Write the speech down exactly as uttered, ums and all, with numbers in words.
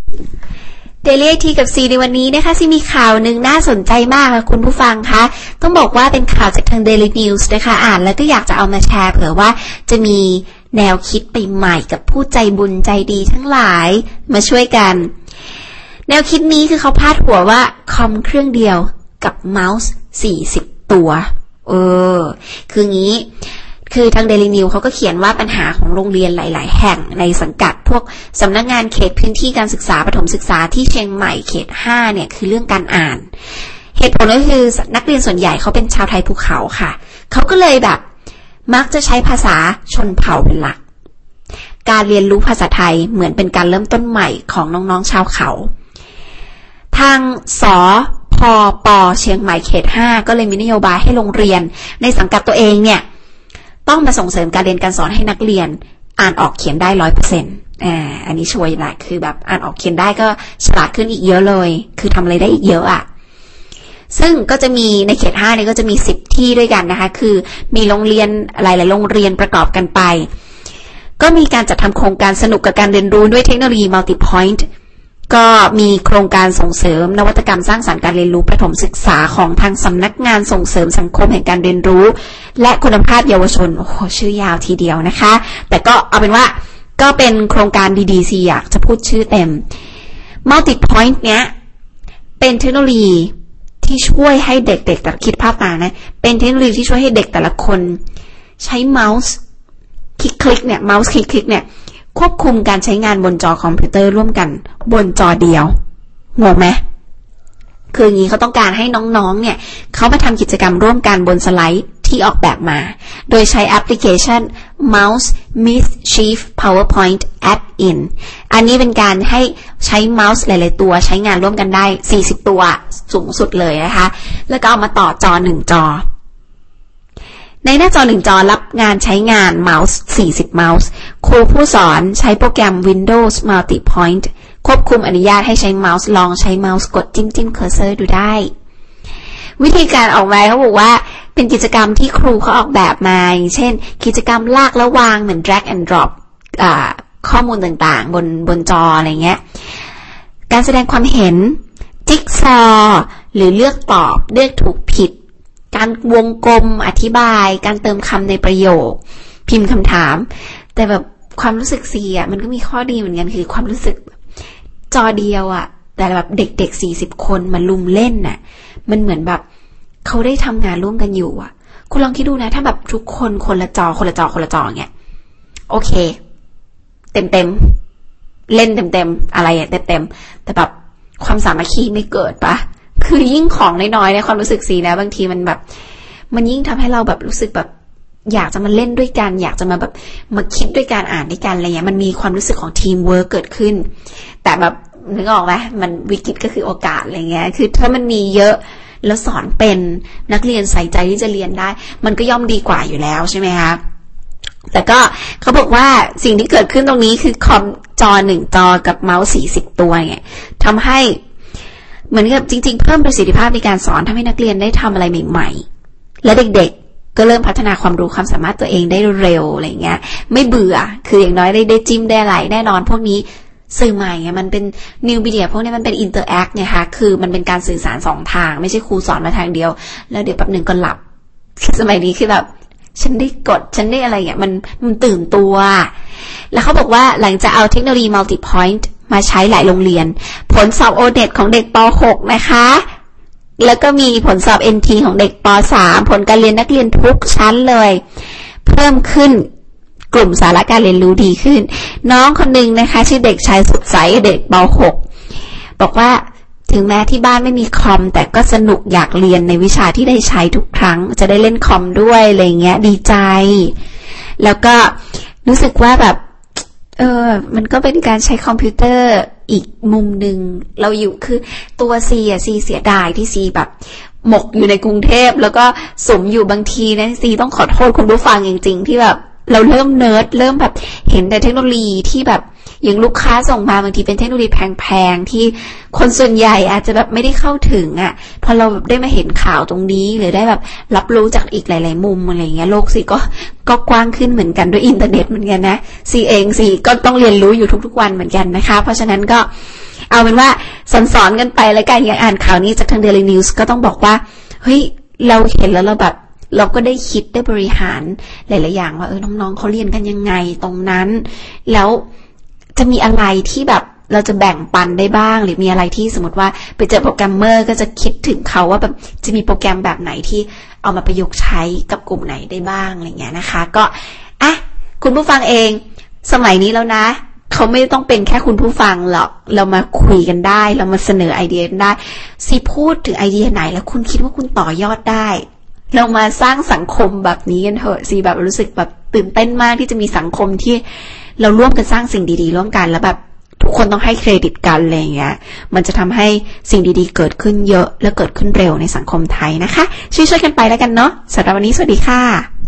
Daily ไอ ที กับซีในวันนี้นะคะซีมีข่าวหนึ่งน่าสนใจมากค่ะคุณผู้ฟังคะต้องบอกว่าเป็นข่าวจากทาง Daily News นะคะอ่านแล้วก็อยากจะเอามาแชร์เผื่อว่าจะมีแนวคิดไปใหม่กับผู้ใจบุญใจดีทั้งหลายมาช่วยกันแนวคิดนี้คือเขาพาดหัวว่าคอมเครื่องเดียวกับเมาส์สี่สิบตัวเออคืองี้คือทาง Daily News เขาก็เขียนว่าปัญหาของโรงเรียนหลายๆแห่งในสังกัดพวกสำนักงานเขตพื้นที่การศึกษาประถมศึกษาที่เชียงใหม่เขตห้าเนี่ยคือเรื่องการอ่านเหตุผลก็คือนักเรียนส่วนใหญ่เขาเป็นชาวไทยภูเขาค่ะเขาก็เลยแบบมักจะใช้ภาษาชนเผ่าเป็นหลักการเรียนรู้ภาษาไทยเหมือนเป็นการเริ่มต้นใหม่ของน้องๆชาวเขาทางสพป.เชียงใหม่เขตห้าก็เลยมีนโยบายให้โรงเรียนในสังกัดตัวเองเนี่ยต้องมาส่งเสริมการเรียนการสอนให้นักเรียนอ่านออกเขียนได้ ร้อยเปอร์เซ็นต์ อ่าอันนี้ช่วยแหละคือแบบอ่านออกเขียนได้ก็ฉลาดขึ้นอีกเยอะเลยคือทำอะไรได้อีกเยอะอ่ะซึ่งก็จะมีในเขตห้าเนี่ยก็จะมีสิบที่ด้วยกันนะคะคือมีโรงเรียนหลายๆโรงเรียนประกอบกันไปก็มีการจัดทำโครงการสนุกกับการเรียนรู้ด้วยเทคโนโลยี Multipoint ก็มีโครงการส่งเสริมนวัตกรรมสร้างสรรค์การเรียนรู้ประถมศึกษาของทางสำนักงานส่งเสริมสังคมแห่งการเรียนรู้และคุณภาพเยาวชนโอ้โหชื่อยาวทีเดียวนะคะแต่ก็เอาเป็นว่าก็เป็นโครงการดีๆสิอยากจะพูดชื่อเต็ม Multipoint เนี้ยเป็นเทคโนโลยีที่ช่วยให้เด็กๆแต่คิดภาพตามนะเป็นเทคโนโลยีที่ช่วยให้เด็กแต่ละคนใช้เมาส์คลิกๆเนี่ยเมาส์คลิกๆเนี่ยควบคุมการใช้งานบนจอคอมพิวเตอร์ร่วมกันบนจอเดียวงงไหมคืออย่างนี้เขาต้องการให้น้องๆเนี่ยเขามาทำกิจกรรมร่วมกันบนสไลด์ที่ออกแบบมาโดยใช้แอปพลิเคชัน Mouse Mischief PowerPoint Add-in อันนี้เป็นการให้ใช้เมาส์หลายๆตัวใช้งานร่วมกันได้สี่สิบตัวสูงสุดเลยนะคะแล้วก็เอามาต่อจอหนึ่งจอในหน้าจอหนึ่งจอรับงานใช้งานเมาส์สี่สิบเมาส์ครูผู้สอนใช้โปรแกรม Windows Multipoint ควบคุมอนุญาตให้ใช้เมาส์ลองใช้เมาส์กดจิ้มจิ้มเคอร์เซอร์ดูได้วิธีการออกแบบเขาบอกว่าเป็นกิจกรรมที่ครูเขาออกแบบมาอย่างเช่นกิจกรรมลากและวางเหมือน drag and drop อ่าข้อมูลต่างๆบนบนจออะไรเงี้ยการแสดงความเห็นจิ๊กซอว์หรือเลือกตอบเลือกถูกผิดการวงกลมอธิบายการเติมคำในประโยคพิมพ์คำถามแต่แบบความรู้สึกซีอ่ะมันก็มีข้อดีเหมือนกันคือความรู้สึกจอเดียวอ่ะแต่แบบเด็กๆสี่สิบคนมาลุมเล่นน่ะมันเหมือนแบบเขาได้ทำงานร่วมกันอยู่อ่ะคุณลองคิดดูนะถ้าแบบทุกคนคนละจอคนละจอคนละจอเงี้ยโอเคเต็มเต็มเล่นเต็มเต็มอะไรอ่ะเต็มเต็มแต่แบบความสามัคคีไม่เกิดปะคือยิ่งของน้อยๆในความรู้สึกซีนะบางทีมันแบบมันยิ่งทำให้เราแบบรู้สึกแบบอยากจะมาเล่นด้วยกันอยากจะมาแบบมาคิดด้วยการอ่านด้วยกันอะไรเงี้ยมันมีความรู้สึกของทีมเวิร์กเกิดขึ้นแต่แบบนึกออกไหมมันวิกฤตก็คือโอกาสอะไรเงี้ยคือถ้ามันมีเยอะแล้วสอนเป็นนักเรียนใส่ใจที่จะเรียนได้มันก็ย่อมดีกว่าอยู่แล้วใช่ไหมคะแต่ก็เขาบอกว่าสิ่งที่เกิดขึ้นตรงนี้คือคอมจอหนึ่งจอกับเมาส์สี่สิบตัวเนี่ยทำให้เหมือนกับจริงๆเพิ่มประสิทธิภาพในการสอนทำให้นักเรียนได้ทำอะไรใหม่ๆและเด็กๆก็เริ่มพัฒนาความรู้ความสามารถตัวเองได้เร็วอะไรเงี้ยไม่เบื่อคืออย่างน้อยได้ได้จิ้มได้อะไรแน่นอนพวกนี้สื่อใหม่ไงมันเป็นนิวมีเดียพวกนี้มันเป็นอินเตอร์แอคเนี่ยค่ะคือมันเป็นการสื่อสารสองทางไม่ใช่ครูสอนมาทางเดียวแล้วเดี๋ยวแป๊บนึงก็หลับสมัยนี้คือแบบฉันได้กดฉันได้อะไรเงี้ยมันมันตื่นตัวแล้วเขาบอกว่าหลังจากเอาเทคโนโลยี Multipoint มาใช้หลายโรงเรียนผลสอบ โอ เน็ต ของเด็กป หก นะคะแล้วก็มีผลสอบ เอ็น ที ของเด็กป สามผลการเรียนนักเรียนทุกชั้นเลยเพิ่มขึ้นกลุ่มสาระการเรียนรู้ดีขึ้นน้องคนนึงนะคะชื่อเด็กชายสุดใสเด็กป หกบอกว่าถึงแม้ที่บ้านไม่มีคอมแต่ก็สนุกอยากเรียนในวิชาที่ได้ใช้ทุกครั้งจะได้เล่นคอมด้วยอะไรเงี้ยดีใจแล้วก็รู้สึกว่าแบบเออมันก็เป็นการใช้คอมพิวเตอร์อีกมุมหนึ่งเราอยู่คือตัวซีอ่ะซีเสียดายที่ซีแบบหมกอยู่ในกรุงเทพแล้วก็สมอยู่บางทีนะซีต้องขอโทษคุณผู้ฟังจริงๆที่แบบเราเริ่มเนิร์ดเริ่มแบบเห็นแต่เทคโนโลยีที่แบบอย่างลูกค้าส่งมาบางทีเป็นเทคโนโลยีแพงๆที่คนส่วนใหญ่อาจจะแบบไม่ได้เข้าถึงอ่ะพอเราแบบได้มาเห็นข่าวตรงนี้หรือได้แบบรับรู้จากอีกหลายๆมุมอะไรเงี้ยโลกซีก็ก็กว้างขึ้นเหมือนกันด้วยอินเทอร์เน็ตเหมือนกันนะซีเองซีก็ต้องเรียนรู้อยู่ทุกๆวันเหมือนกันนะคะเพราะฉะนั้นก็เอาเป็นว่าสอนๆกันไปแล้วกันอย่างอ่านข่าวนี้จากทาง Daily News ก็ต้องบอกว่าเฮ้ยเราเห็นแล้วเราแบบเราก็ได้คิดได้บริหารหลายๆอย่างว่าเออน้องๆเขาเรียนกันยังไงตรงนั้นแล้วจะมีอะไรที่แบบเราจะแบ่งปันได้บ้างหรือมีอะไรที่สมมติว่าไปเจอโปรแกรมเมอร์ก็จะคิดถึงเขาว่าแบบจะมีโปรแกรมแบบไหนที่เอามาประยุกต์ใช้กับกลุ่มไหนได้บ้างอะไรเงี้ยนะคะก็อ่ะคุณผู้ฟังเองสมัยนี้แล้วนะเขาไม่ต้องเป็นแค่คุณผู้ฟังหรอกเรามาคุยกันได้เรามาเสนอไอเดียกันได้ซีพูดถึงไอเดียไหนแล้วคุณคิดว่าคุณต่อยอดได้เรามาสร้างสังคมแบบนี้กันเถอะซีแบบรู้สึกแบบตื่นเต้นมากที่จะมีสังคมที่เราร่วมกันสร้างสิ่งดีๆร่วมกันแล้วแบบทุกคนต้องให้เครดิตกันอะไรอย่างเงี้ยมันจะทำให้สิ่งดีๆเกิดขึ้นเยอะและเกิดขึ้นเร็วในสังคมไทยนะคะช่วยๆกันไปแล้วกันเนาะสำหรับวันนี้สวัสดีค่ะ